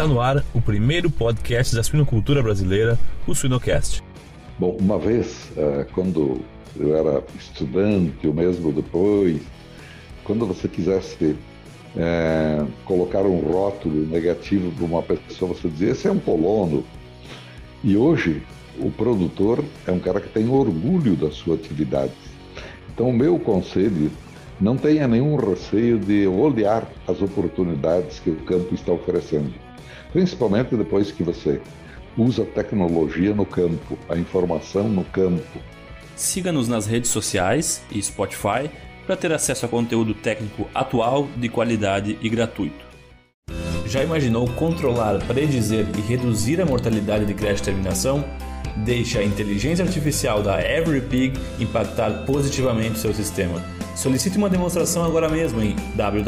Está no ar o primeiro podcast da suinocultura brasileira, o Suinocast. Bom, uma vez, quando eu era estudante, ou mesmo depois, quando você quisesse colocar um rótulo negativo para uma pessoa, você dizia, esse é um colono. E hoje, o produtor é um cara que tem orgulho da sua atividade. Então, o meu conselho, não tenha nenhum receio de olhar as oportunidades que o campo está oferecendo. Principalmente depois que você usa a tecnologia no campo, a informação no campo. Siga-nos nas redes sociais e Spotify para ter acesso a conteúdo técnico atual, de qualidade e gratuito. Já imaginou controlar, predizer e reduzir a mortalidade de creche de terminação? Deixe a inteligência artificial da EveryPig impactar positivamente o seu sistema. Solicite uma demonstração agora mesmo em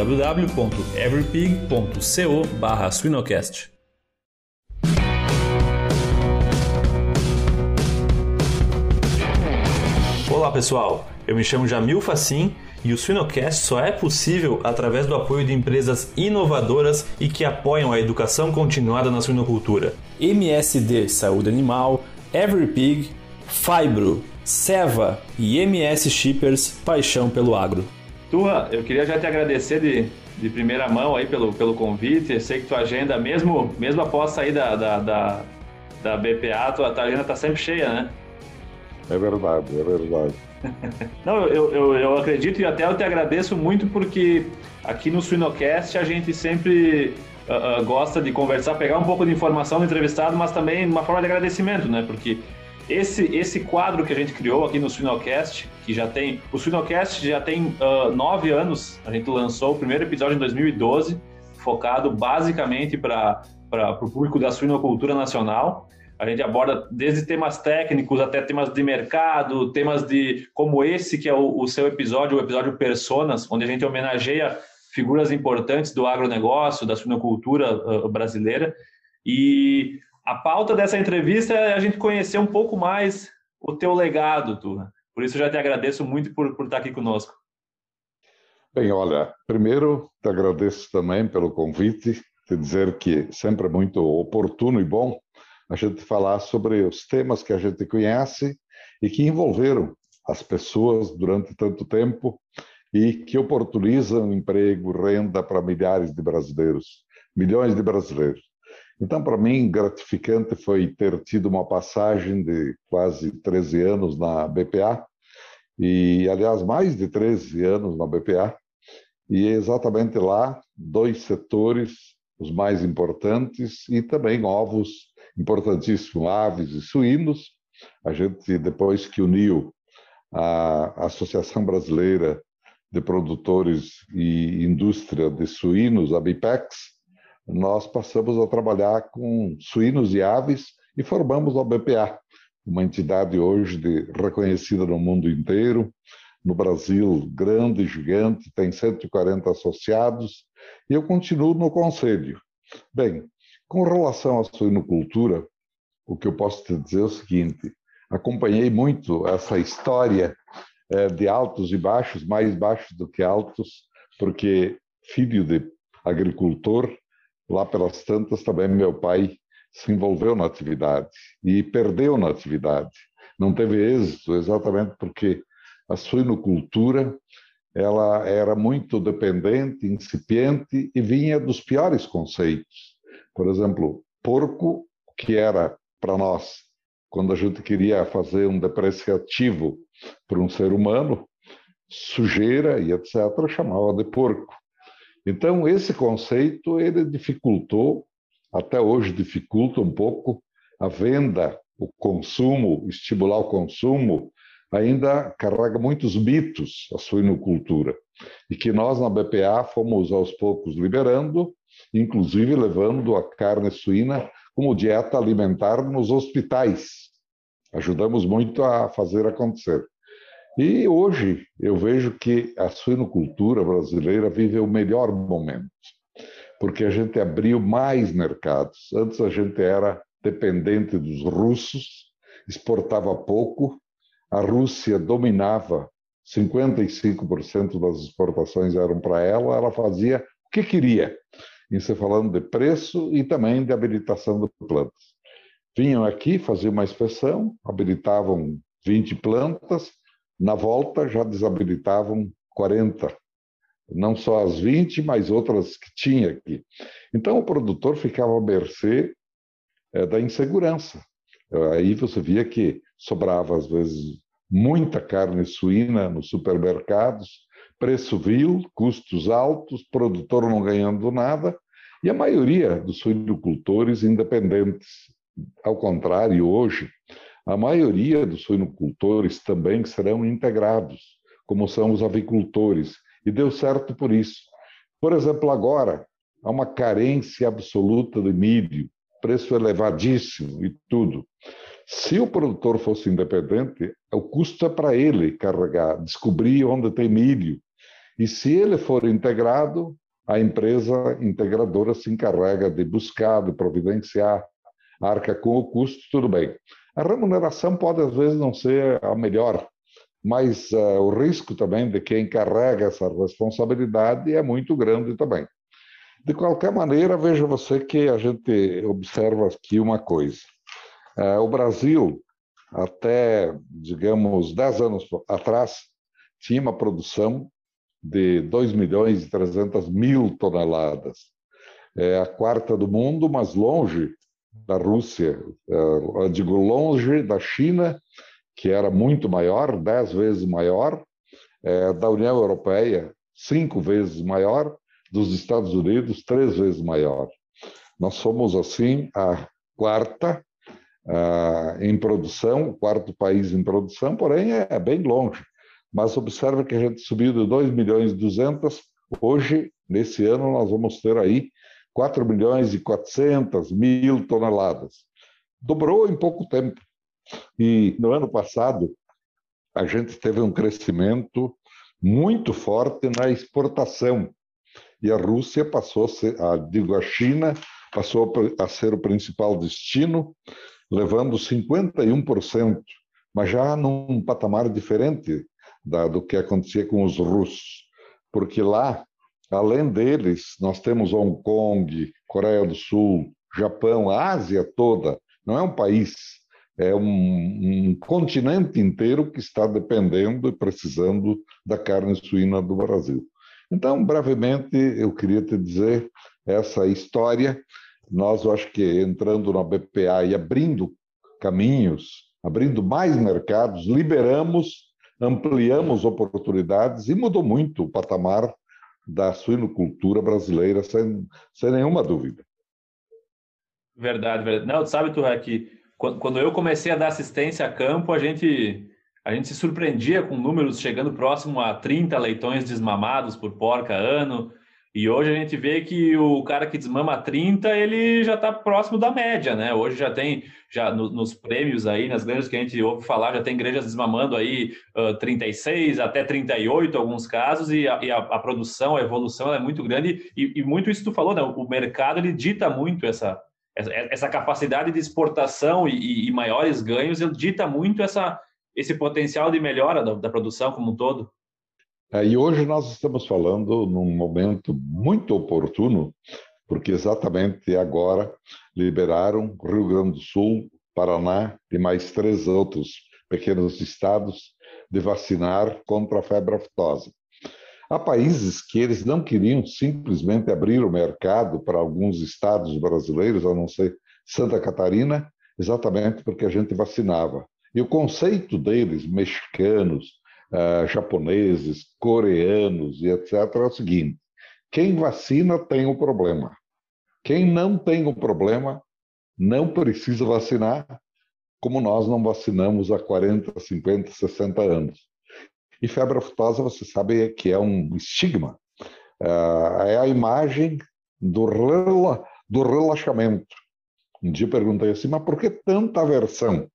www.everypig.co/suinocast. Olá pessoal, eu me chamo Jamil Facin e o Suinocast só é possível através do apoio de empresas inovadoras e que apoiam a educação continuada na suinocultura. MSD Saúde Animal, EveryPig, Fibro, Seva e MS Shippers, Paixão pelo Agro. Turra, eu queria já te agradecer de primeira mão aí pelo convite. Eu sei que tua agenda, mesmo após sair da BPA, tua agenda está sempre cheia, né? É verdade. Não, eu acredito e até eu te agradeço muito porque aqui no Suinocast a gente sempre gosta de conversar, pegar um pouco de informação do entrevistado, mas também uma forma de agradecimento, né? Porque esse quadro que a gente criou aqui no Suinocast, o Suinocast já tem 9 anos, a gente lançou o primeiro episódio em 2012, focado basicamente para o público da suinocultura nacional. A gente aborda desde temas técnicos até temas de mercado, temas como esse que é o seu episódio, o episódio Personas, onde a gente homenageia figuras importantes do agronegócio, da suinocultura brasileira. E a pauta dessa entrevista é a gente conhecer um pouco mais o teu legado, Turra. Por isso eu já te agradeço muito por estar aqui conosco. Bem, olha, primeiro te agradeço também pelo convite, te dizer que sempre é muito oportuno e bom a gente falar sobre os temas que a gente conhece e que envolveram as pessoas durante tanto tempo e que oportunizam emprego, renda para milhares de brasileiros, milhões de brasileiros. Então, para mim, gratificante foi ter tido uma passagem de quase 13 anos na BPA, e, aliás, mais de 13 anos na BPA, e exatamente lá, 2 setores, os mais importantes, e também ovos importantíssimos, aves e suínos. A gente, depois que uniu a Associação Brasileira de Produtores e Indústria de Suínos, a BIPEX, nós passamos a trabalhar com suínos e aves e formamos a BPA, uma entidade hoje reconhecida no mundo inteiro. No Brasil, grande, gigante, tem 140 associados, e eu continuo no conselho. Bem, com relação à suinocultura, o que eu posso te dizer é o seguinte: acompanhei muito essa história de altos e baixos, mais baixos do que altos, porque filho de agricultor, lá pelas tantas também meu pai se envolveu na atividade e perdeu na atividade. Não teve êxito exatamente porque a suinocultura ela era muito dependente, incipiente e vinha dos piores conceitos. Por exemplo, porco, que era para nós, quando a gente queria fazer um depreciativo para um ser humano, sujeira e etc., chamava de porco. Então, esse conceito, ele dificultou, até hoje dificulta um pouco, a venda, o consumo, estimular o consumo, ainda carrega muitos mitos a suinocultura, e que nós na BPA fomos aos poucos liberando, inclusive levando a carne suína como dieta alimentar nos hospitais. Ajudamos muito a fazer acontecer. E hoje eu vejo que a suinocultura brasileira vive o melhor momento, porque a gente abriu mais mercados. Antes a gente era dependente dos russos, exportava pouco, a Rússia dominava, 55% das exportações eram para ela, ela fazia o que queria. Isso falando de preço e também de habilitação de plantas. Vinham aqui, faziam uma inspeção, habilitavam 20 plantas, na volta já desabilitavam 40. Não só as 20, mas outras que tinha aqui. Então o produtor ficava à mercê da insegurança. Aí você via que sobrava, às vezes, muita carne suína nos supermercados, preço vil, custos altos, produtor não ganhando nada, e a maioria dos suinocultores independentes. Ao contrário, hoje, a maioria dos suinocultores também serão integrados, como são os avicultores, e deu certo por isso. Por exemplo, agora, há uma carência absoluta de milho, preço elevadíssimo e tudo. Se o produtor fosse independente, o custo é para ele carregar, descobrir onde tem milho. E se ele for integrado, a empresa integradora se encarrega de buscar, de providenciar, arca com o custo, tudo bem. A remuneração pode, às vezes, não ser a melhor, mas o risco também de quem carrega essa responsabilidade é muito grande também. De qualquer maneira, veja você que a gente observa aqui uma coisa. O Brasil, até, digamos, 10 anos atrás, tinha uma produção de 2.300.000 toneladas. É a quarta do mundo, mas longe da Rússia. Eu digo longe da China, que era muito maior, 10 vezes maior, da União Europeia, 5 vezes maior, dos Estados Unidos, 3 vezes maior. Nós somos, assim, a quarta em produção, o quarto país em produção, porém é bem longe. Mas observa que a gente subiu de 2.200.000, hoje, nesse ano, nós vamos ter aí 4.400.000 toneladas. Dobrou em pouco tempo. E no ano passado, a gente teve um crescimento muito forte na exportação. E a Rússia passou a ser, a China passou a ser o principal destino, levando 51%, mas já num patamar diferente do que acontecia com os russos. Porque lá, além deles, nós temos Hong Kong, Coreia do Sul, Japão, a Ásia toda. Não é um país, é um continente inteiro que está dependendo e precisando da carne suína do Brasil. Então, brevemente, eu queria te dizer essa história. Nós, eu acho que entrando na BPA e abrindo caminhos, abrindo mais mercados, liberamos, ampliamos oportunidades e mudou muito o patamar da suinocultura brasileira, sem nenhuma dúvida. Verdade, verdade. Não, sabe, Turra, que quando eu comecei a dar assistência a campo, a gente se surpreendia com números chegando próximo a 30 leitões desmamados por porca ano, e hoje a gente vê que o cara que desmama 30, ele já está próximo da média, né? Hoje já tem, nos prêmios aí, nas granjas que a gente ouve falar, já tem igrejas desmamando aí 36 até 38 alguns casos, e a produção, a evolução ela é muito grande, e muito isso que tu falou, né? O mercado, ele dita muito essa capacidade de exportação e maiores ganhos, ele dita muito esse potencial de melhora da produção como um todo. E hoje nós estamos falando num momento muito oportuno, porque exatamente agora liberaram Rio Grande do Sul, Paraná e mais 3 outros pequenos estados de vacinar contra a febre aftosa. Há países que eles não queriam simplesmente abrir o mercado para alguns estados brasileiros, a não ser Santa Catarina, exatamente porque a gente vacinava. E o conceito deles, mexicanos, japoneses, coreanos e etc., é o seguinte: quem vacina tem o problema. Quem não tem o problema não precisa vacinar, como nós não vacinamos há 40, 50, 60 anos. E febre aftosa, você sabe que é um estigma. É a imagem do relaxamento. Um dia eu perguntei assim, mas por que tanta aversão?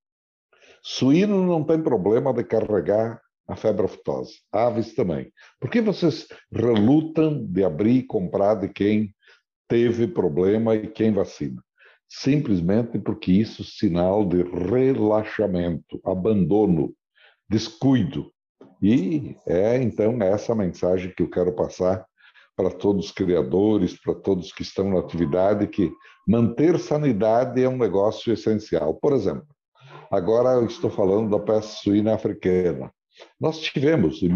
Suíno não tem problema de carregar a febre aftosa. Aves também. Por que vocês relutam de abrir e comprar de quem teve problema e quem vacina? Simplesmente porque isso é sinal de relaxamento, abandono, descuido. E então essa mensagem que eu quero passar para todos os criadores, para todos que estão na atividade, que manter sanidade é um negócio essencial. Por exemplo, agora eu estou falando da peste suína africana. Nós tivemos em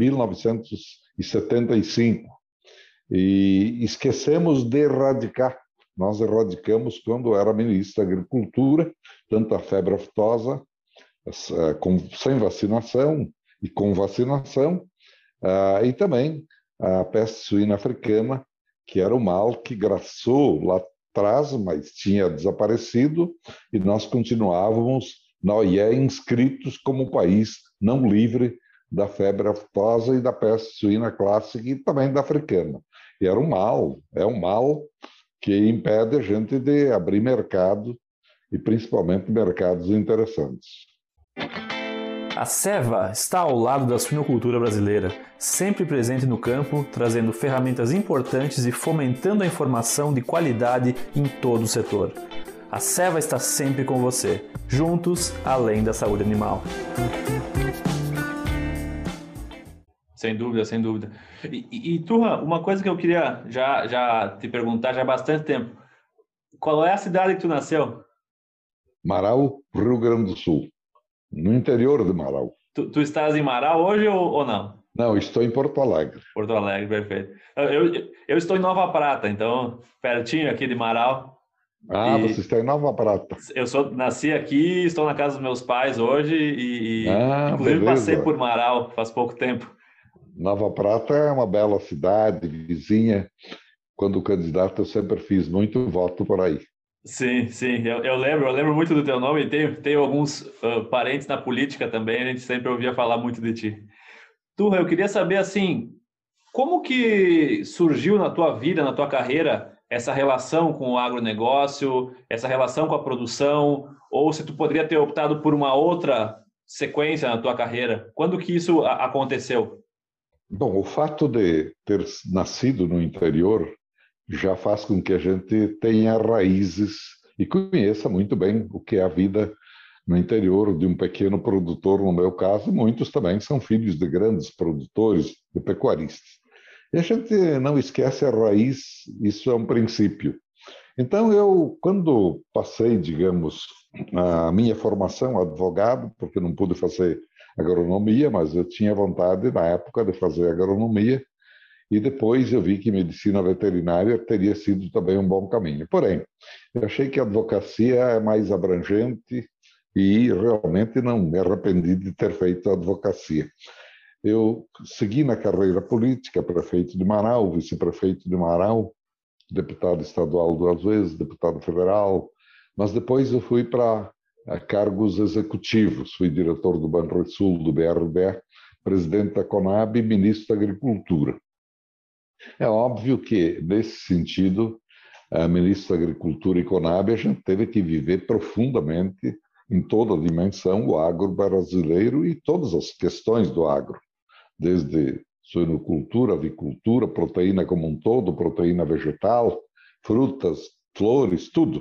1975 e esquecemos de erradicar. Nós erradicamos quando eu era ministro da Agricultura, tanto a febre aftosa, sem vacinação e com vacinação, e também a peste suína africana, que era o mal que graçou lá atrás, mas tinha desaparecido, e nós continuávamos na OIE inscritos como um país não livre da febre aftosa e da peste suína clássica e também da africana. E era é um mal que impede a gente de abrir mercado, e principalmente mercados interessantes. A Ceva está ao lado da suinocultura brasileira, sempre presente no campo, trazendo ferramentas importantes e fomentando a informação de qualidade em todo o setor. A Ceva está sempre com você, juntos, além da saúde animal. Sem dúvida, sem dúvida. E Turra, uma coisa que eu queria já te perguntar já há bastante tempo. Qual é a cidade que tu nasceu? Marau, Rio Grande do Sul, no interior de Marau. Tu estás em Marau hoje ou não? Não, estou em Porto Alegre. Porto Alegre, perfeito. Eu estou em Nova Prata, então, pertinho aqui de Marau. Você está em Nova Prata. Nasci aqui, estou na casa dos meus pais hoje e inclusive beleza. Passei por Marau faz pouco tempo. Nova Prata é uma bela cidade, vizinha. Quando candidato, eu sempre fiz muito voto por aí. Sim, eu lembro muito do teu nome. Tenho alguns parentes na política também, a gente sempre ouvia falar muito de ti. Turra, eu queria saber, assim, como que surgiu na tua vida, na tua carreira, essa relação com o agronegócio, essa relação com a produção, ou se tu poderia ter optado por uma outra sequência na tua carreira? Quando que isso aconteceu? Bom, o fato de ter nascido no interior já faz com que a gente tenha raízes e conheça muito bem o que é a vida no interior de um pequeno produtor, no meu caso. Muitos também são filhos de grandes produtores, de pecuaristas. E a gente não esquece a raiz, isso é um princípio. Então, eu, quando passei, digamos, a minha formação advogado, porque não pude fazer agronomia, mas eu tinha vontade, na época, de fazer agronomia, e depois eu vi que medicina veterinária teria sido também um bom caminho. Porém, eu achei que a advocacia é mais abrangente e realmente não me arrependi de ter feito a advocacia. Eu segui na carreira política, prefeito de Manaus, vice-prefeito de Manaus, deputado estadual 2 vezes, deputado federal, mas depois eu fui para cargos executivos. Fui diretor do Banrisul, do BRDE, presidente da Conab e ministro da Agricultura. É óbvio que, nesse sentido, ministro da Agricultura e Conab, a gente teve que viver profundamente, em toda a dimensão, o agro brasileiro e todas as questões do agro, desde suinocultura, avicultura, proteína como um todo, proteína vegetal, frutas, flores, tudo.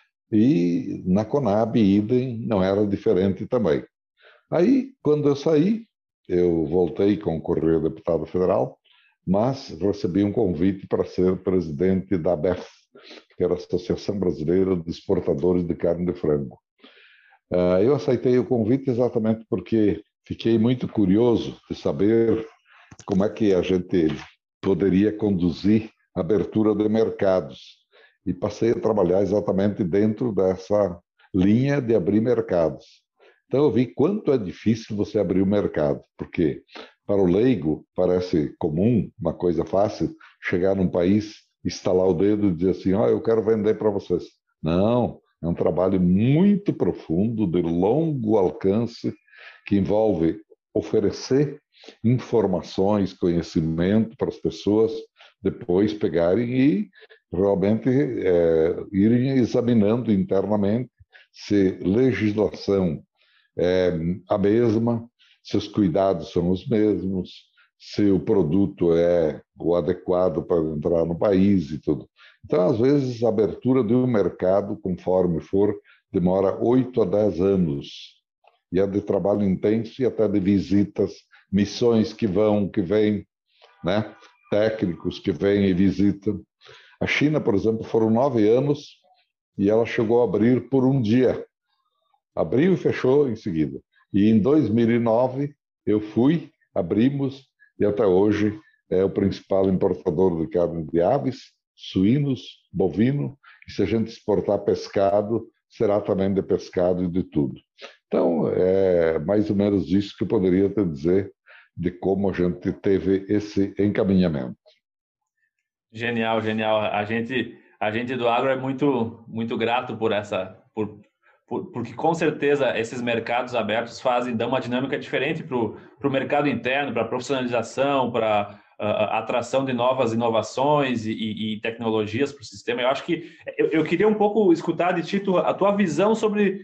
E na Conab, idem, não era diferente também. Aí, quando eu saí, eu voltei a concorrer a deputado federal, mas recebi um convite para ser presidente da ABEF, que era a Associação Brasileira de Exportadores de Carne de Frango. Eu aceitei o convite exatamente porque fiquei muito curioso de saber como é que a gente poderia conduzir a abertura de mercados. E passei a trabalhar exatamente dentro dessa linha de abrir mercados. Então eu vi quanto é difícil você abrir o mercado, porque para o leigo parece comum, uma coisa fácil, chegar num país, estalar o dedo e dizer assim, eu quero vender para vocês. Não, é um trabalho muito profundo, de longo alcance, que envolve oferecer informações, conhecimento para as pessoas depois pegarem e realmente irem examinando internamente se legislação é a mesma, se os cuidados são os mesmos, se o produto é o adequado para entrar no país e tudo. Então, às vezes, a abertura de um mercado, conforme for, demora 8 a 10 anos. E é de trabalho intenso e até de visitas, missões que vão, que vêm, né? técnicos que vêm e visitam. A China, por exemplo, foram 9 anos e ela chegou a abrir por um dia. Abriu e fechou em seguida. E em 2009 eu fui, abrimos e até hoje é o principal importador de carne de aves, suínos, bovino, e se a gente exportar pescado, será também de pescado e de tudo. Então, é mais ou menos isso que eu poderia te dizer de como a gente teve esse encaminhamento. Genial, genial. A gente do agro é muito grato por porque com certeza esses mercados abertos dão uma dinâmica diferente para o mercado interno, para a profissionalização, para a atração de novas inovações e tecnologias para o sistema. Eu acho que eu queria um pouco escutar de ti a tua visão sobre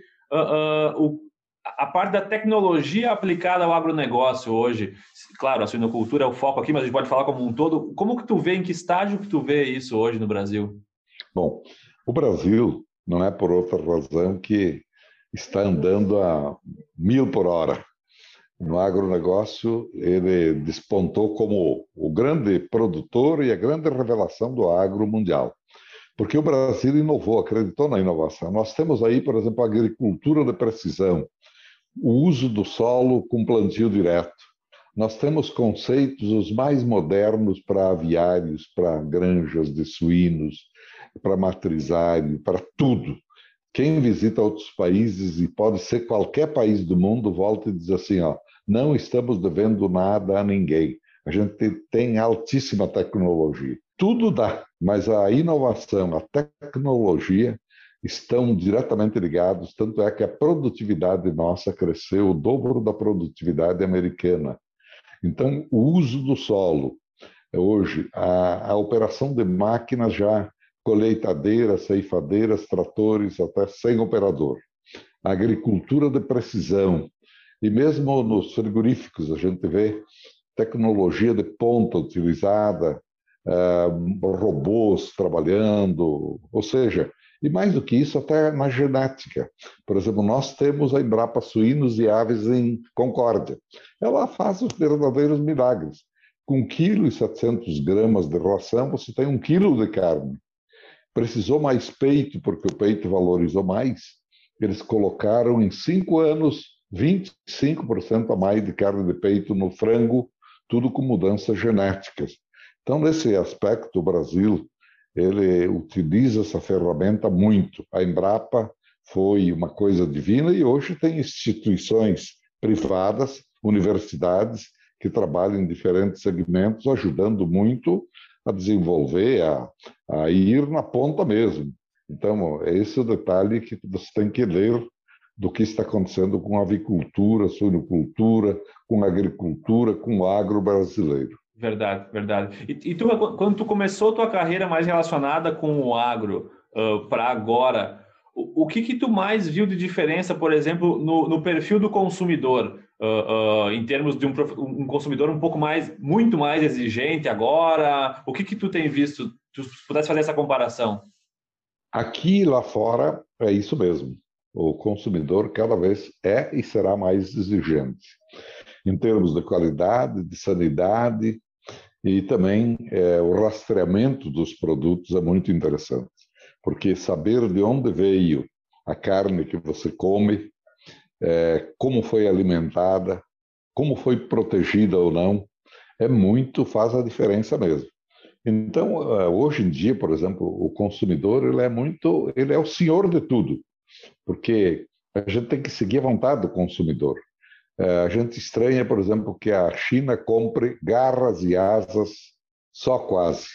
a parte da tecnologia aplicada ao agronegócio hoje. Claro, a suinocultura é o foco aqui, mas a gente pode falar como um todo. Como que tu vê, em que estágio que tu vê isso hoje no Brasil? Bom, o Brasil não é por outra razão que está andando a 1000 por hora. No agronegócio, ele despontou como o grande produtor e a grande revelação do agro mundial. Porque o Brasil inovou, acreditou na inovação. Nós temos aí, por exemplo, a agricultura de precisão, o uso do solo com plantio direto. Nós temos conceitos os mais modernos para aviários, para granjas de suínos, para matrizário, para tudo. Quem visita outros países, e pode ser qualquer país do mundo, volta e diz assim, ó, não estamos devendo nada a ninguém. A gente tem altíssima tecnologia. Tudo dá, mas a inovação, a tecnologia estão diretamente ligados, tanto é que a produtividade nossa cresceu o dobro da produtividade americana. Então, o uso do solo, hoje, a operação de máquinas já, colheitadeiras, ceifadeiras, tratores, até sem operador. A agricultura de precisão, e mesmo nos frigoríficos a gente vê tecnologia de ponta utilizada, robôs trabalhando, ou seja, e mais do que isso, até na genética. Por exemplo, nós temos a Embrapa Suínos e Aves em Concórdia. Ela faz os verdadeiros milagres. Com 1,7 kg de ração, você tem 1 quilo de carne. Precisou mais peito, porque o peito valorizou mais. Eles colocaram em 5 anos 25% a mais de carne de peito no frango, tudo com mudanças genéticas. Então, nesse aspecto, o Brasil ele utiliza essa ferramenta muito. A Embrapa foi uma coisa divina e hoje tem instituições privadas, universidades, que trabalham em diferentes segmentos, ajudando muito a desenvolver, a ir na ponta mesmo. Então, esse é o detalhe que você tem que ler do que está acontecendo com a avicultura, suinocultura, com a agricultura, com o agro brasileiro. Verdade, verdade. E tu, quando tu começou a tua carreira mais relacionada com o agro para agora, o que tu mais viu de diferença, por exemplo, no perfil do consumidor, em termos de um consumidor muito mais exigente agora? O que tu tem visto? Tu pudesse fazer essa comparação? Aqui e lá fora é isso mesmo. O consumidor cada vez é e será mais exigente, em termos de qualidade, de sanidade, e também o rastreamento dos produtos é muito interessante, porque saber de onde veio a carne que você come, como foi alimentada, como foi protegida ou não, faz a diferença mesmo. Então, hoje em dia, por exemplo, o consumidor ele é o senhor de tudo, porque a gente tem que seguir a vontade do consumidor. A gente estranha, por exemplo, que a China compre garras e asas só quase.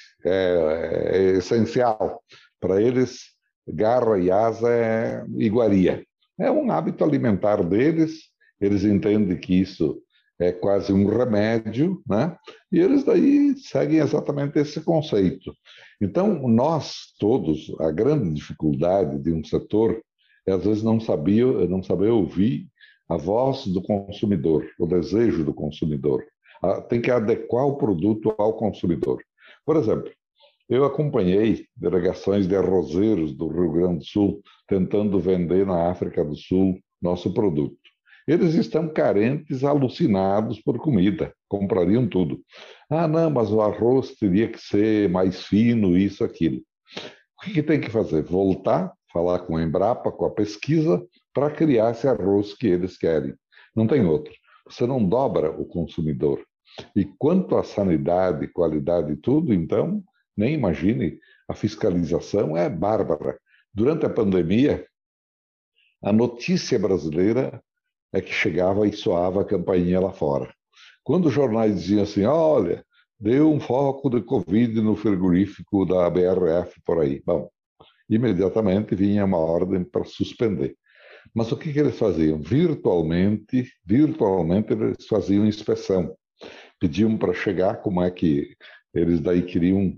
É essencial. Para eles, garra e asa é iguaria. É um hábito alimentar deles, eles entendem que isso é quase um remédio, né? E eles daí seguem exatamente esse conceito. Então, nós todos, a grande dificuldade de um setor é, às vezes, não saber ouvir a voz do consumidor, o desejo do consumidor. Tem que adequar o produto ao consumidor. Por exemplo, eu acompanhei delegações de arrozeiros do Rio Grande do Sul tentando vender na África do Sul nosso produto. Eles estão carentes, alucinados por comida. comprariam tudo. Ah, não, mas o arroz teria que ser mais fino, isso, aquilo. O que tem que fazer? Voltar, falar com a Embrapa, com a pesquisa, para criar esse arroz que eles querem. Não tem outro. Você não dobra o consumidor. E quanto à sanidade, qualidade e tudo, então, nem imagine, a fiscalização é bárbara. Durante a pandemia, a notícia brasileira é que chegava e soava a campainha lá fora. Quando os jornais diziam assim, olha, deu um foco de Covid no frigorífico da BRF por aí. Bom, imediatamente vinha uma ordem para suspender. Mas o que eles faziam? Virtualmente eles faziam inspeção. Pediam para chegar, como é que eles daí queriam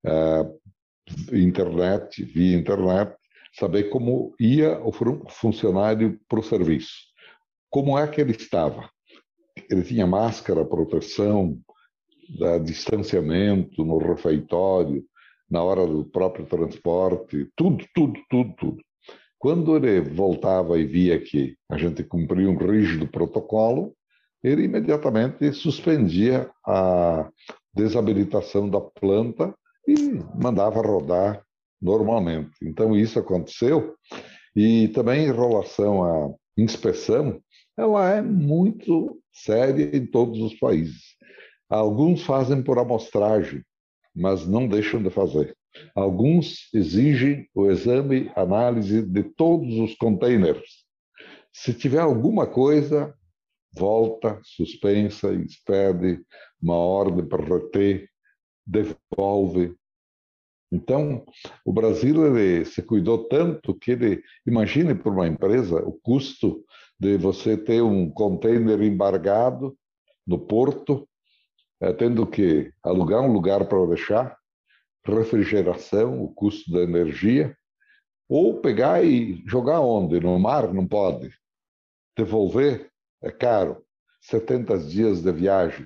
via internet, saber como ia o funcionário para o serviço. Como é que ele estava? Ele tinha máscara, proteção, distanciamento no refeitório, na hora do próprio transporte, tudo. Quando ele voltava e via que a gente cumpria um rígido protocolo, ele imediatamente suspendia a desabilitação da planta e mandava rodar normalmente. Então, isso aconteceu. E também em relação à inspeção, ela é muito séria em todos os países. Alguns fazem por amostragem, mas não deixam de fazer. Alguns exigem o exame, análise de todos os containers. Se tiver alguma coisa, volta, suspensa, expede uma ordem para reter, devolve. Então, o Brasil ele se cuidou tanto que ele, imagine para uma empresa o custo de você ter um container embargado no porto, tendo que alugar um lugar para deixar, refrigeração, o custo da energia, ou pegar e jogar onde? No mar? Não pode. Devolver é caro. 70 dias de viagem.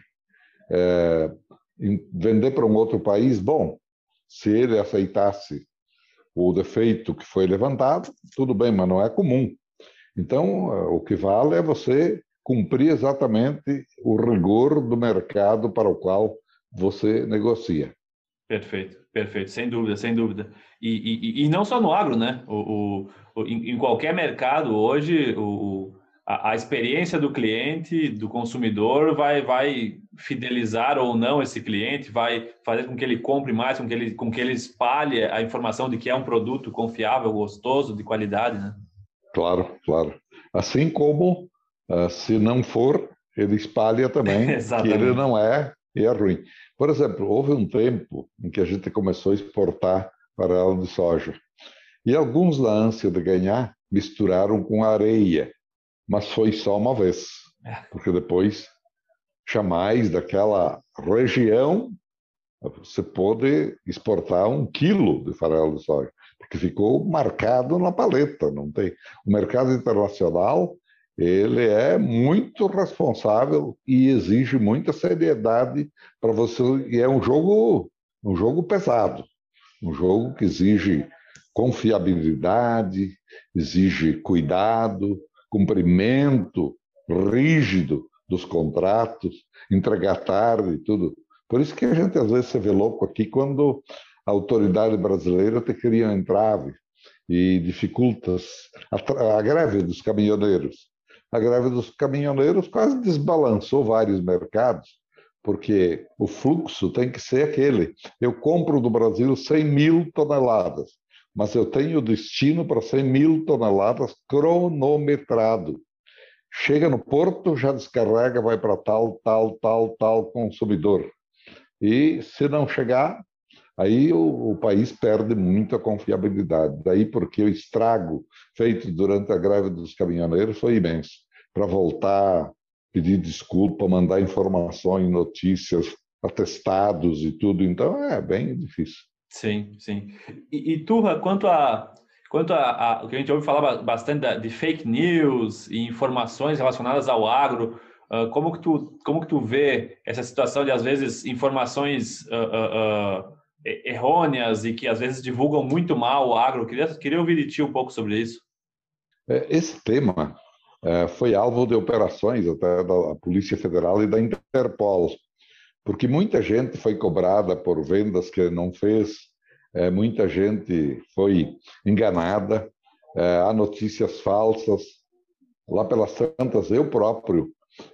Vender para um outro país, bom, se ele aceitasse o defeito que foi levantado, tudo bem, mas não é comum. Então, o que vale é você cumprir exatamente o rigor do mercado para o qual você negocia. Perfeito, sem dúvida. E não só no agro, né? Em qualquer mercado hoje, a experiência do cliente, do consumidor, vai fidelizar ou não esse cliente, vai fazer com que ele compre mais, com que ele espalhe a informação de que é um produto confiável, gostoso, de qualidade, né? Claro. Assim como, se não for, ele espalha também que ele não é e é ruim. Por exemplo, houve um tempo em que a gente começou a exportar farelo de soja. E alguns, na ânsia de ganhar, misturaram com areia. Mas foi só uma vez. Porque depois, jamais daquela região, você pôde exportar 1 quilo de farelo de soja. Porque ficou marcado na paleta. Não tem. O mercado internacional ele é muito responsável e exige muita seriedade para você. E é um jogo pesado, um jogo que exige confiabilidade, exige cuidado, cumprimento rígido dos contratos, entregar tarde e tudo. Por isso que a gente às vezes se vê louco aqui quando a autoridade brasileira te cria um entrave e dificulta a greve dos caminhoneiros. A greve dos caminhoneiros quase desbalançou vários mercados, porque o fluxo tem que ser aquele. Eu compro do Brasil 100 mil toneladas, mas eu tenho destino para 100 mil toneladas cronometrado. Chega no porto, já descarrega, vai para tal consumidor. E se não chegar, aí o país perde muita confiabilidade. Daí porque o estrago feito durante a greve dos caminhoneiros foi imenso. Para voltar, pedir desculpa, mandar informações, notícias, atestados e tudo. Então, é bem difícil. Sim. E Turra, quanto a o que a gente ouve falar bastante de fake news e informações relacionadas ao agro, como que tu vê essa situação de, às vezes, informações errôneas e que às vezes divulgam muito mal o agro? Queria ouvir de ti um pouco sobre isso. Esse tema foi alvo de operações até da Polícia Federal e da Interpol, porque muita gente foi cobrada por vendas que não fez, muita gente foi enganada, há notícias falsas. Lá pelas tantas, eu próprio,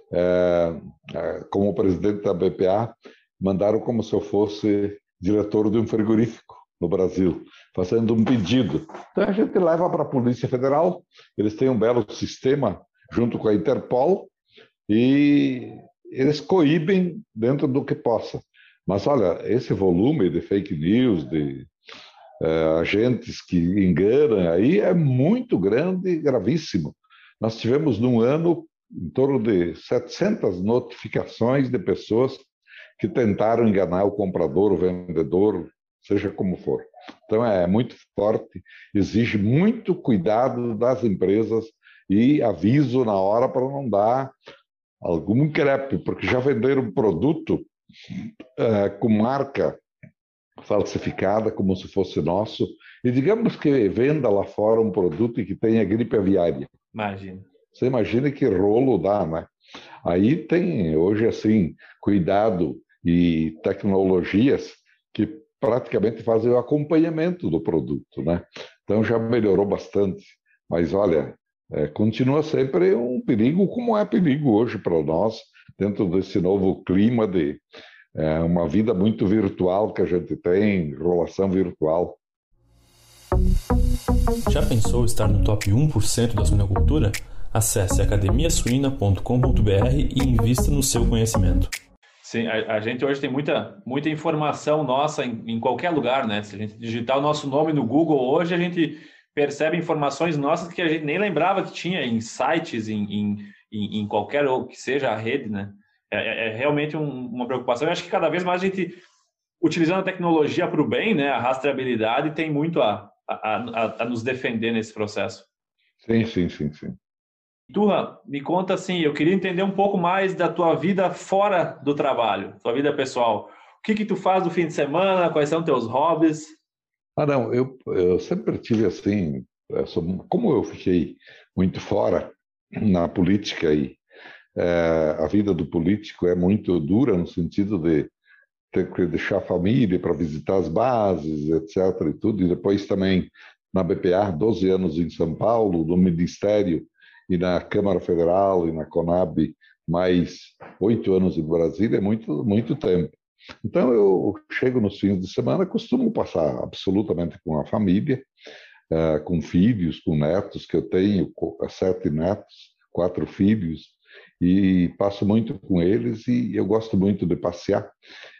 como presidente da BPA, mandaram como se eu fosse diretor de um frigorífico no Brasil, fazendo um pedido. Então a gente leva para a Polícia Federal, eles têm um belo sistema junto com a Interpol e eles coíbem dentro do que possa. Mas olha, esse volume de fake news, de agentes que enganam, aí é muito grande e gravíssimo. Nós tivemos num ano em torno de 700 notificações de pessoas que tentaram enganar o comprador, o vendedor, seja como for. Então é muito forte, exige muito cuidado das empresas e aviso na hora para não dar algum crepe, porque já venderam produto com marca falsificada, como se fosse nosso, e digamos que venda lá fora um produto que tenha gripe aviária. Imagina. Você imagina que rolo dá, né? Aí tem, hoje, assim, cuidado e tecnologias que praticamente fazem o acompanhamento do produto, né? Então já melhorou bastante. Mas, olha, continua sempre um perigo, como é perigo hoje para nós, dentro desse novo clima de uma vida muito virtual que a gente tem, enrolação virtual. Já pensou estar no top 1% da suinocultura? Acesse academiasuina.com.br e invista no seu conhecimento. Sim, a gente hoje tem muita informação nossa em qualquer lugar, né? Se a gente digitar o nosso nome no Google hoje, a gente percebe informações nossas que a gente nem lembrava que tinha em sites, em qualquer que seja a rede, né? É realmente uma preocupação. Eu acho que cada vez mais a gente, utilizando a tecnologia para o bem, né? A rastreabilidade tem muito a nos defender nesse processo. Sim. Turra, me conta assim, eu queria entender um pouco mais da tua vida fora do trabalho, tua vida pessoal. O que tu faz no fim de semana? Quais são teus hobbies? Não, eu sempre tive assim, como eu fiquei muito fora na política e a vida do político é muito dura no sentido de ter que deixar a família para visitar as bases, etc. e tudo, e depois também na BPA, 12 anos em São Paulo, no Ministério e na Câmara Federal e na Conab, mais 8 anos em Brasília, é muito tempo. Então eu chego nos fins de semana, costumo passar absolutamente com a família, com filhos, com netos, que eu tenho 7 netos, 4 filhos, e passo muito com eles e eu gosto muito de passear.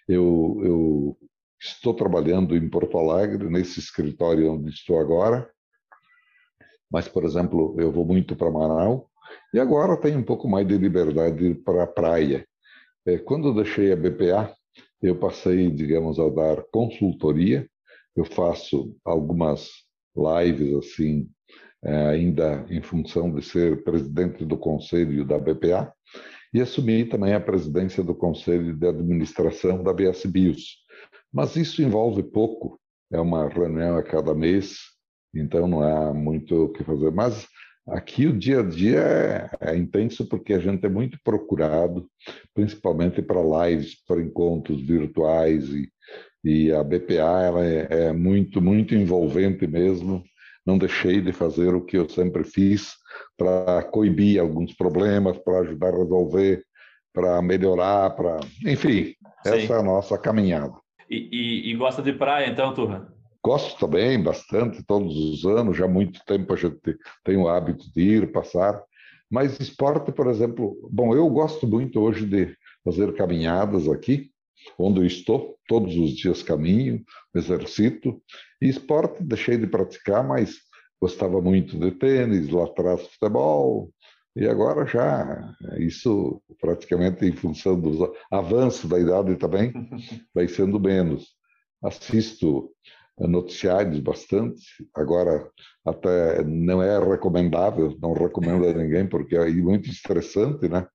Eu estou trabalhando em Porto Alegre, nesse escritório onde estou agora, mas, por exemplo, eu vou muito para Manaus e agora tenho um pouco mais de liberdade para a praia. Quando eu deixei a BPA, eu passei, digamos, a dar consultoria. Eu faço algumas lives assim, ainda em função de ser presidente do conselho da BPA, e assumi também a presidência do conselho de administração da BS Bios. Mas isso envolve pouco, é uma reunião a cada mês, então não há muito o que fazer. Mas aqui o dia a dia é intenso porque a gente é muito procurado, principalmente para lives, para encontros virtuais, e a BPA ela é muito envolvente mesmo. Não deixei de fazer o que eu sempre fiz para coibir alguns problemas, para ajudar a resolver, para melhorar, enfim, Sim. Essa é a nossa caminhada. E gosta de praia, então, Turra? Gosto também, bastante, todos os anos, já há muito tempo a gente tem o hábito de ir, passar, mas esporte, por exemplo, bom, eu gosto muito hoje de fazer caminhadas aqui, onde eu estou, todos os dias caminho, me exercito, e esporte deixei de praticar, mas gostava muito de tênis, lá atrás futebol, e agora já, isso praticamente em função dos avanços da idade também, vai sendo menos. Assisto noticiários bastante, agora até não é recomendável, não recomendo a ninguém, porque é muito estressante, né?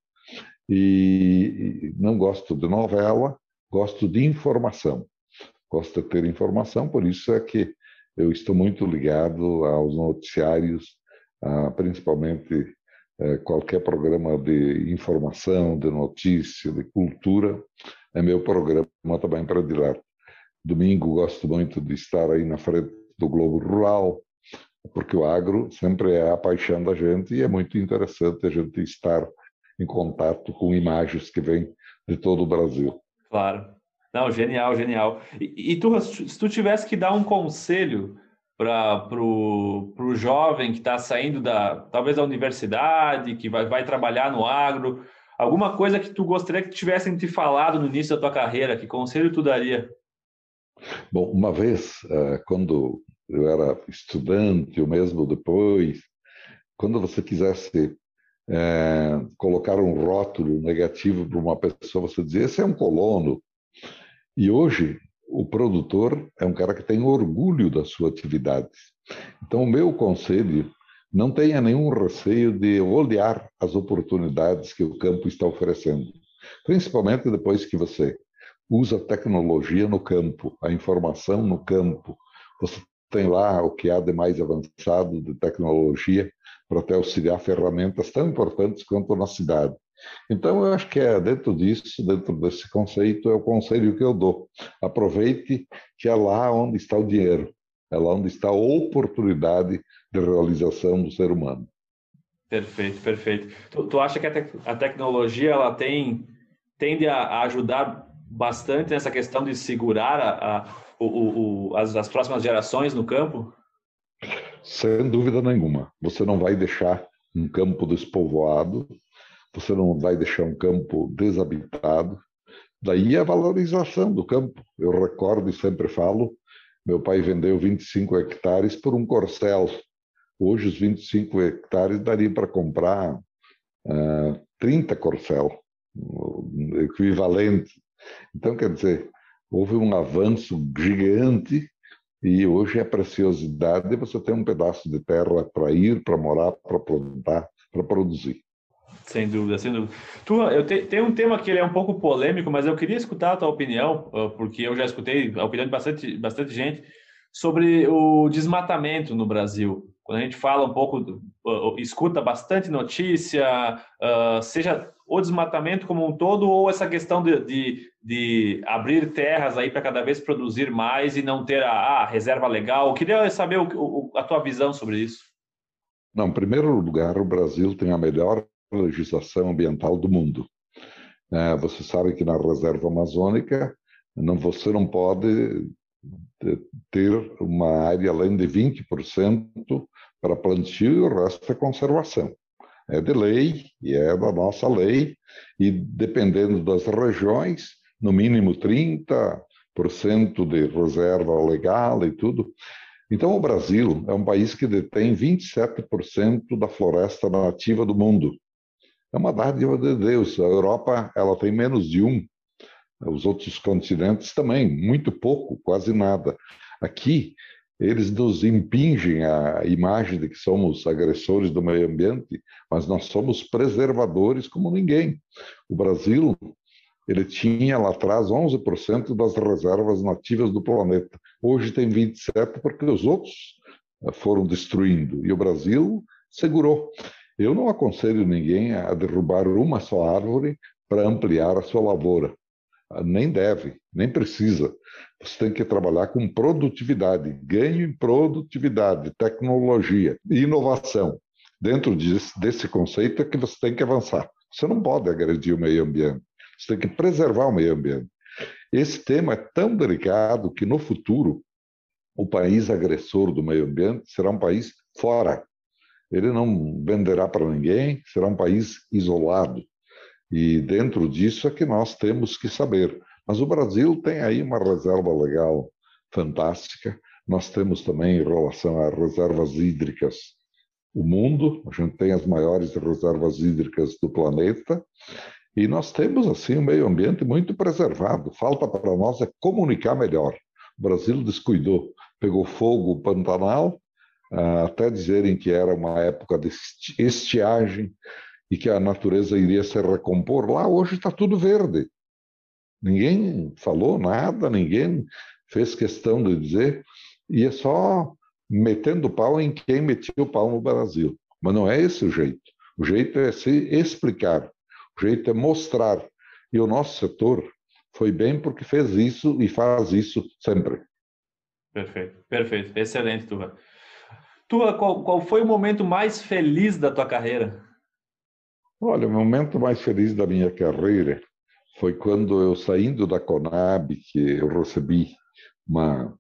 E não gosto de novela, gosto de informação. Gosto de ter informação, por isso é que eu estou muito ligado aos noticiários, principalmente qualquer programa de informação, de notícia, de cultura, é meu programa também predileto. Domingo gosto muito de estar aí na frente do Globo Rural, porque o agro sempre é a paixão da gente e é muito interessante a gente estar em contato com imagens que vêm de todo o Brasil. Claro. Não, genial, genial. E tu, se tu tivesse que dar um conselho para o jovem que está saindo talvez da universidade, que vai trabalhar no agro, alguma coisa que tu gostaria que tivessem te falado no início da tua carreira, que conselho tu daria? Bom, uma vez, quando eu era estudante, ou mesmo depois, quando você quisesse colocar um rótulo negativo para uma pessoa, você dizia, esse é um colono. E hoje, o produtor é um cara que tem orgulho da sua atividade. Então, o meu conselho, não tenha nenhum receio de olhar as oportunidades que o campo está oferecendo, principalmente depois que você usa a tecnologia no campo, a informação no campo. Você tem lá o que há de mais avançado de tecnologia para te auxiliar ferramentas tão importantes quanto na cidade. Então, eu acho que dentro disso, dentro desse conceito, é o conselho que eu dou. Aproveite que é lá onde está o dinheiro, é lá onde está a oportunidade de realização do ser humano. Perfeito, perfeito. Tu acha que a tecnologia ela tende a ajudar bastante nessa questão de segurar as próximas gerações no campo? Sem dúvida nenhuma. Você não vai deixar um campo despovoado, você não vai deixar um campo desabitado. Daí a valorização do campo. Eu recordo e sempre falo, meu pai vendeu 25 hectares por um corcel. Hoje os 25 hectares dariam para comprar 30 corcel, equivalente. Então, quer dizer, houve um avanço gigante e hoje é preciosidade de você ter um pedaço de terra para ir, para morar, para plantar, para produzir. Sem dúvida, sem dúvida. Tem um tema que ele é um pouco polêmico, mas eu queria escutar a tua opinião, porque eu já escutei a opinião de bastante gente sobre o desmatamento no Brasil. Quando a gente fala um pouco, escuta bastante notícia, seja o desmatamento como um todo ou essa questão de abrir terras aí para cada vez produzir mais e não ter a reserva legal. Eu queria saber a tua visão sobre isso. Não, em primeiro lugar, o Brasil tem a melhor legislação ambiental do mundo. Você sabe que na reserva amazônica você não pode ter uma área além de 20% para plantio e o resto é conservação. É de lei e é da nossa lei e dependendo das regiões, no mínimo 30% de reserva legal e tudo. Então o Brasil é um país que detém 27% da floresta nativa do mundo. É uma dádiva de Deus. A Europa ela tem menos de 1%. Os outros continentes também, muito pouco, quase nada. Aqui, eles nos impingem a imagem de que somos agressores do meio ambiente, mas nós somos preservadores como ninguém. O Brasil, ele tinha lá atrás 11% das reservas nativas do planeta. Hoje tem 27% porque os outros foram destruindo, e o Brasil segurou. Eu não aconselho ninguém a derrubar uma só árvore para ampliar a sua lavoura. Nem deve, nem precisa. Você tem que trabalhar com produtividade, ganho em produtividade, tecnologia e inovação. Dentro desse conceito é que você tem que avançar. Você não pode agredir o meio ambiente, você tem que preservar o meio ambiente. Esse tema é tão delicado que no futuro o país agressor do meio ambiente será um país fora. Ele não venderá para ninguém, será um país isolado. E dentro disso é que nós temos que saber. Mas o Brasil tem aí uma reserva legal fantástica. Nós temos também, em relação a reservas hídricas, o mundo. A gente tem as maiores reservas hídricas do planeta. E nós temos, assim, um meio ambiente muito preservado. Falta para nós é comunicar melhor. O Brasil descuidou. Pegou fogo o Pantanal, até dizerem que era uma época de estiagem, e que a natureza iria se recompor. Lá hoje está tudo verde. Ninguém falou nada, ninguém fez questão de dizer, e é só metendo pau em quem metia o pau no Brasil. Mas não é esse o jeito. O jeito é se explicar, o jeito é mostrar. E o nosso setor foi bem porque fez isso e faz isso sempre. Perfeito, perfeito. Excelente, Turra. Turra, qual foi o momento mais feliz da tua carreira? Olha, o momento mais feliz da minha carreira foi quando eu, saindo da Conab, que eu recebi uma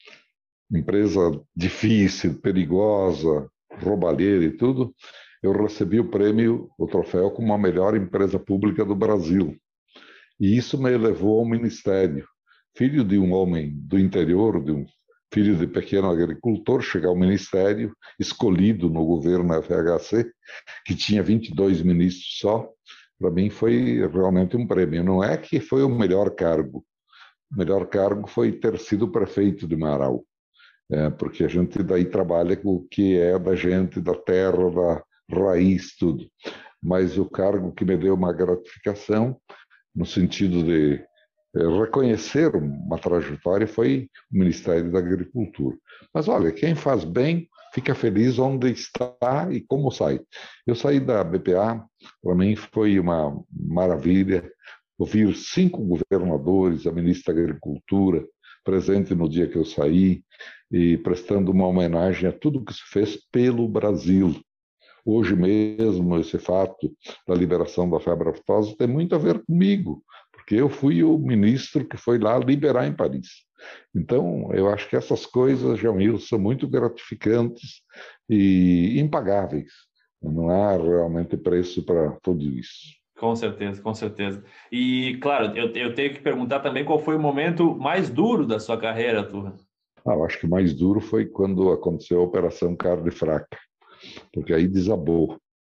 empresa difícil, perigosa, roubalheira e tudo, eu recebi o prêmio, o troféu, como a melhor empresa pública do Brasil. E isso me levou ao ministério. Filho de um homem do interior, de um filho de pequeno agricultor, chegar ao ministério, escolhido no governo FHC, que tinha 22 ministros só, para mim foi realmente um prêmio. Não é que foi o melhor cargo. O melhor cargo foi ter sido prefeito de Marau. Porque a gente daí trabalha com o que é da gente, da terra, da raiz, tudo. Mas o cargo que me deu uma gratificação, no sentido de reconhecer uma trajetória, foi o Ministério da Agricultura. Mas olha, quem faz bem fica feliz onde está e como sai. Eu saí da BPA, para mim foi uma maravilha ouvir 5 governadores, a ministra da Agricultura, presente no dia que eu saí, e prestando uma homenagem a tudo que se fez pelo Brasil. Hoje mesmo, esse fato da liberação da febre aftosa tem muito a ver comigo, porque eu fui o ministro que foi lá liberar em Paris. Então, eu acho que essas coisas, Jamil, são muito gratificantes e impagáveis. Não há realmente preço para tudo isso. Com certeza, com certeza. E, claro, eu tenho que perguntar também qual foi o momento mais duro da sua carreira, Turra. Eu acho que o mais duro foi quando aconteceu a Operação Carne Fraca, porque aí desabou.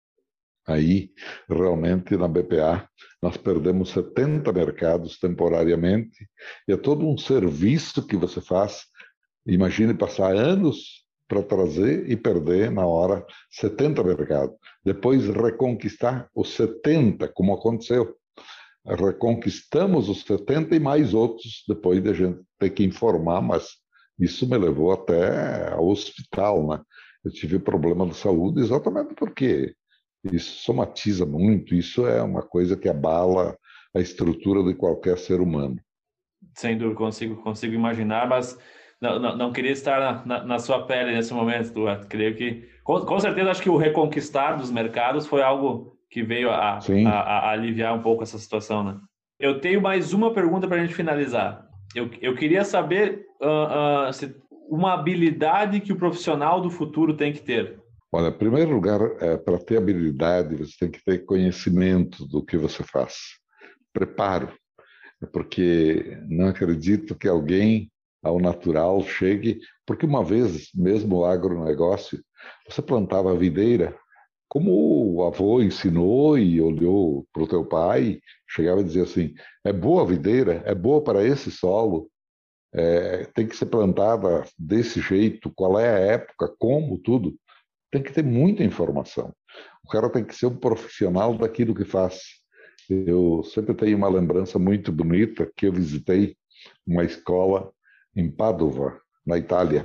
Aí, realmente, na BPA, nós perdemos 70 mercados temporariamente, e é todo um serviço que você faz. Imagine passar anos para trazer e perder na hora 70 mercados. Depois reconquistar os 70, como aconteceu. Reconquistamos os 70 e mais outros, depois de a gente ter que informar, mas isso me levou até ao hospital, né? Eu tive problema de saúde exatamente porque isso somatiza muito, isso é uma coisa que abala a estrutura de qualquer ser humano. Sem dúvida, consigo imaginar, mas não queria estar na sua pele nesse momento, Turra. Creio que, com certeza, acho que o reconquistar dos mercados foi algo que veio a aliviar um pouco essa situação, né? Eu tenho mais uma pergunta para a gente finalizar. Eu queria saber uma habilidade que o profissional do futuro tem que ter. Olha, em primeiro lugar, para ter habilidade, você tem que ter conhecimento do que você faz. Preparo, porque não acredito que alguém ao natural chegue, porque uma vez mesmo o agronegócio, você plantava a videira, como o avô ensinou e olhou para o teu pai, chegava e dizia assim, é boa a videira, é boa para esse solo, tem que ser plantada desse jeito, qual é a época, como, tudo. Tem que ter muita informação. O cara tem que ser um profissional daquilo que faz. Eu sempre tenho uma lembrança muito bonita que eu visitei uma escola em Padova, na Itália,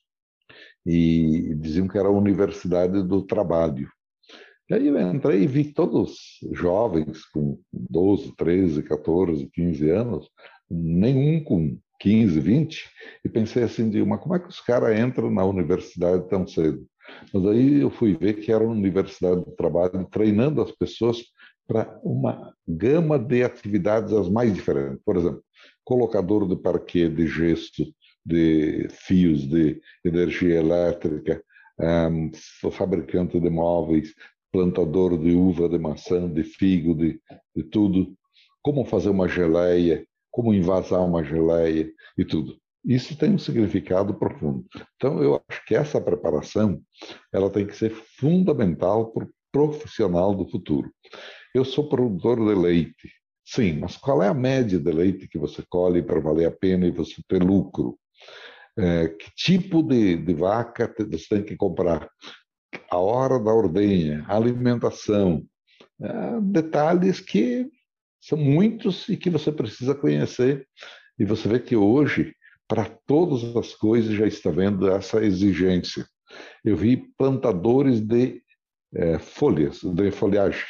e diziam que era a Universidade do Trabalho. E aí eu entrei e vi todos jovens com 12, 13, 14, 15 anos, nenhum com 15, 20, e pensei assim, mas como é que os caras entram na universidade tão cedo? Mas aí eu fui ver que era uma universidade do trabalho treinando as pessoas para uma gama de atividades as mais diferentes. Por exemplo, colocador de parquet, de gesso, de fios de energia elétrica, fabricante de móveis, plantador de uva, de maçã, de figo, de tudo. Como fazer uma geleia, como envasar uma geleia e tudo. Isso tem um significado profundo. Então, eu acho que essa preparação ela tem que ser fundamental para o profissional do futuro. Eu sou produtor de leite. Sim, mas qual é a média de leite que você colhe para valer a pena e você ter lucro? Que tipo de vaca você tem que comprar? A hora da ordenha, a alimentação, detalhes que são muitos e que você precisa conhecer. E você vê que hoje, para todas as coisas, já está vendo essa exigência. Eu vi plantadores de folhas, de folhagem,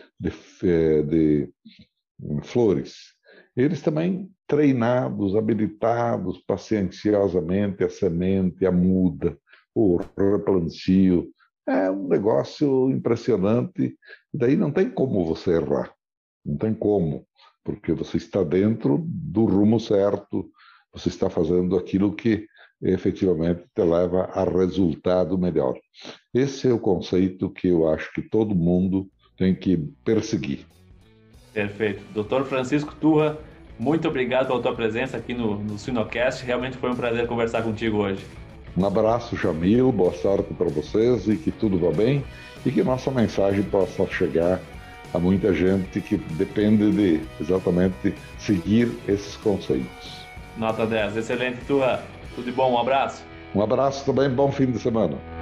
de flores. Eles também treinados, habilitados pacienciosamente a semente, a muda, o replantio. É um negócio impressionante. Daí não tem como você errar. Não tem como, porque você está dentro do rumo certo, você está fazendo aquilo que efetivamente te leva a resultado melhor. Esse é o conceito que eu acho que todo mundo tem que perseguir. Perfeito. Dr. Francisco Turra, muito obrigado pela tua presença aqui no Suinocast. Realmente foi um prazer conversar contigo hoje. Um abraço, Jamil, boa sorte para vocês e que tudo vá bem e que nossa mensagem possa chegar a muita gente que depende de exatamente seguir esses conceitos. Nota 10. Excelente, Turra. Tudo de bom, um abraço. Um abraço também, bom fim de semana.